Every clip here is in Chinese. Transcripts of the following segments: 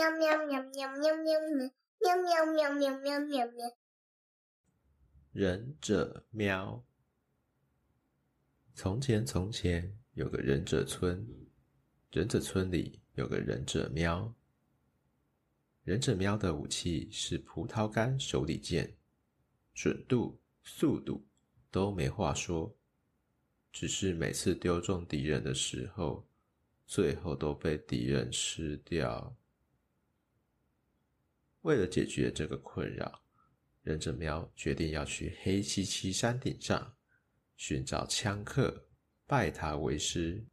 喵喵喵喵喵喵喵喵喵喵喵喵喵。 忍者喵。从前从前有个忍者村，忍者村里有个忍者喵。忍者喵的武器是葡萄干手里剑，准度、速度都没话说，只是每次丢中敌人的时候，最后都被敌人吃掉。为了解决这个困扰，忍者喵决定要去黑漆漆山顶上寻找枪客，拜他为师。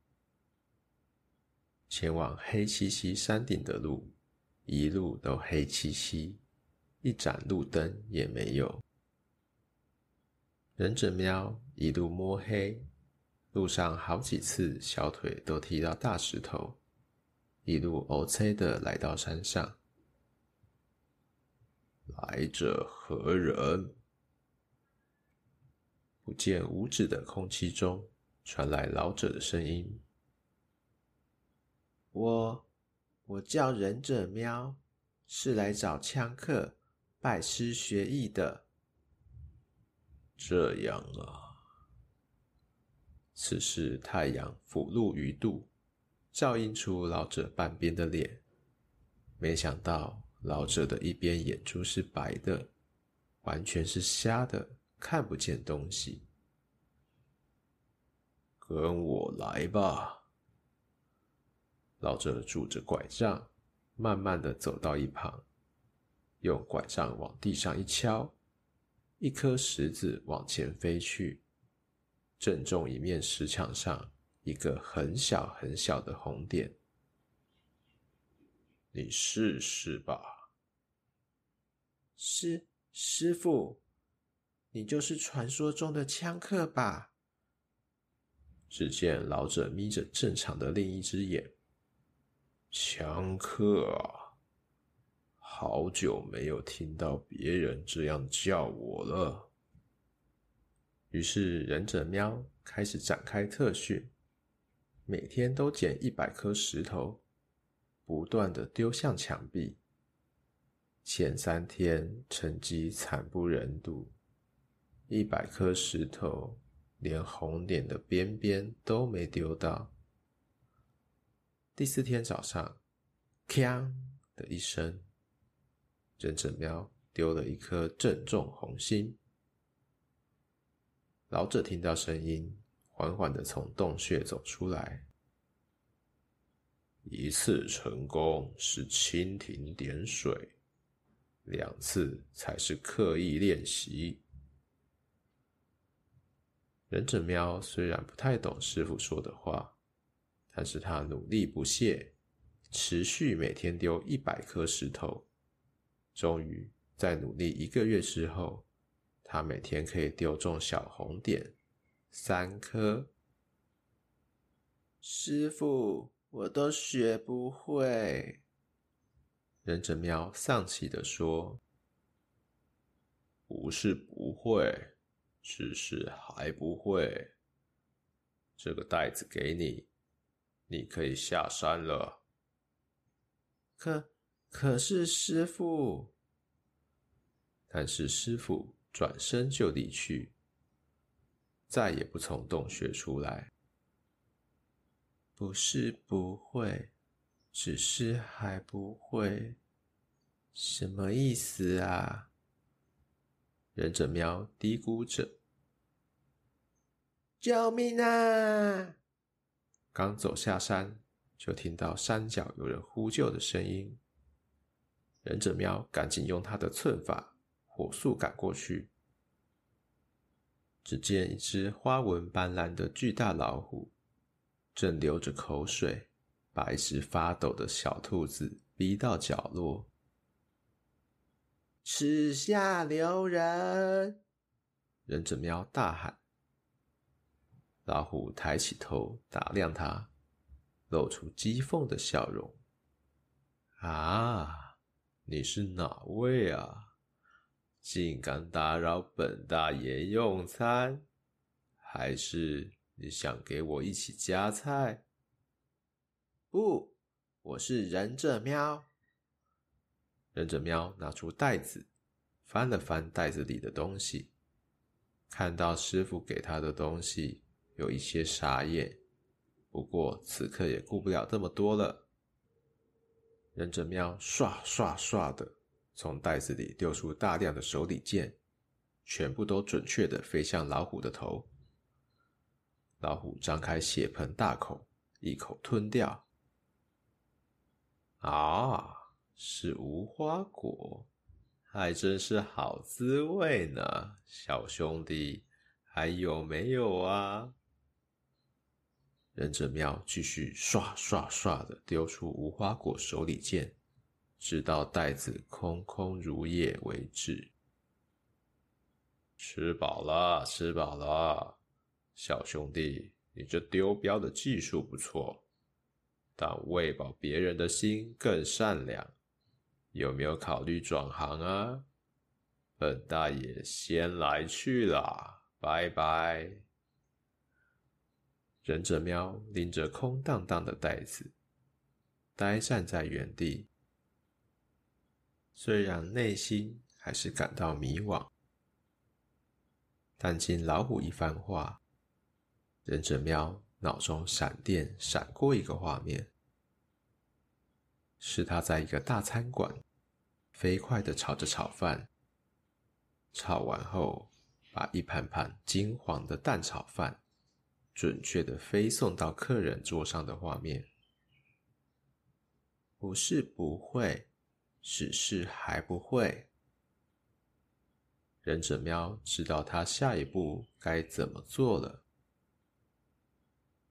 前往黑漆漆山顶的路，一路都黑漆漆，一盏路灯也没有。忍者喵一路摸黑，路上好几次小腿都踢到大石头，一路黑青的来到山上。来者何人？不见五指的空气中传来老者的声音。我叫忍者喵，是来找枪客拜师学艺的。这样啊。此时太阳俯入鱼肚，照映出老者半边的脸。没想到老者的一边眼珠是白的，完全是瞎的，看不见东西。跟我来吧。老者拄着拐杖，慢慢地走到一旁，用拐杖往地上一敲，一颗石子往前飞去，正中一面石墙上一个很小很小的红点。你试试吧。师父，你就是传说中的枪客吧？只见老者眯着正常的另一只眼。枪客啊，好久没有听到别人这样叫我了。于是忍者喵开始展开特训，每天都捡100颗石头，不断地丢向墙壁。前3天成绩惨不忍睹，100颗石头连红点的边边都没丢到。第4天早上，锵的一声，忍者喵丢了一颗正中红心。老者听到声音，缓缓地从洞穴走出来。1次成功是蜻蜓点水，2次才是刻意练习。忍者喵虽然不太懂师父说的话，但是他努力不懈，持续每天丢100颗石头。终于在努力1个月之后，他每天可以丢中小红点3颗。师父，我都学不会。忍者喵丧气地说。不是不会，只是还不会。这个袋子给你，你可以下山了。可是师父。但是师父转身就离去，再也不从洞穴出来。不是不会，只是还不会，什么意思啊？忍者喵嘀咕着。救命啊！刚走下山，就听到山脚有人呼救的声音。忍者喵赶紧用他的寸法火速赶过去。只见一只花纹斑斓的巨大老虎正流着口水，把一只发抖的小兔子逼到角落。耻下留人！忍者喵大喊。老虎抬起头打量他，露出讥讽的笑容。啊，你是哪位啊？竟敢打扰本大爷用餐？还是你想给我一起夹菜？不，我是忍者喵。 忍者喵拿出袋子，翻了翻袋子里的东西，看到师傅给他的东西，有一些傻眼，不过此刻也顾不了这么多了。忍者喵唰唰唰的从袋子里丢出大量的手里剑，全部都准确的飞向老虎的头。老虎张开血盆大口，一口吞掉。啊，是无花果，还真是好滋味呢，小兄弟，还有没有啊？忍者喵继续唰唰唰的丢出无花果手里剑，直到袋子空空如也为止。吃饱了，吃饱了，小兄弟，你这丢镖的技术不错，但喂饱别人的心更善良，有没有考虑转行啊？本大爷先来去啦，拜拜。忍者喵拎着空荡荡的袋子，呆站在原地，虽然内心还是感到迷惘，但经老虎一番话，忍者喵脑中闪电闪过一个画面，是他在一个大餐馆飞快地炒着炒饭，炒完后把一盘盘金黄的蛋炒饭准确地飞送到客人桌上的画面。不是不会，只是还不会。忍者喵知道他下一步该怎么做了。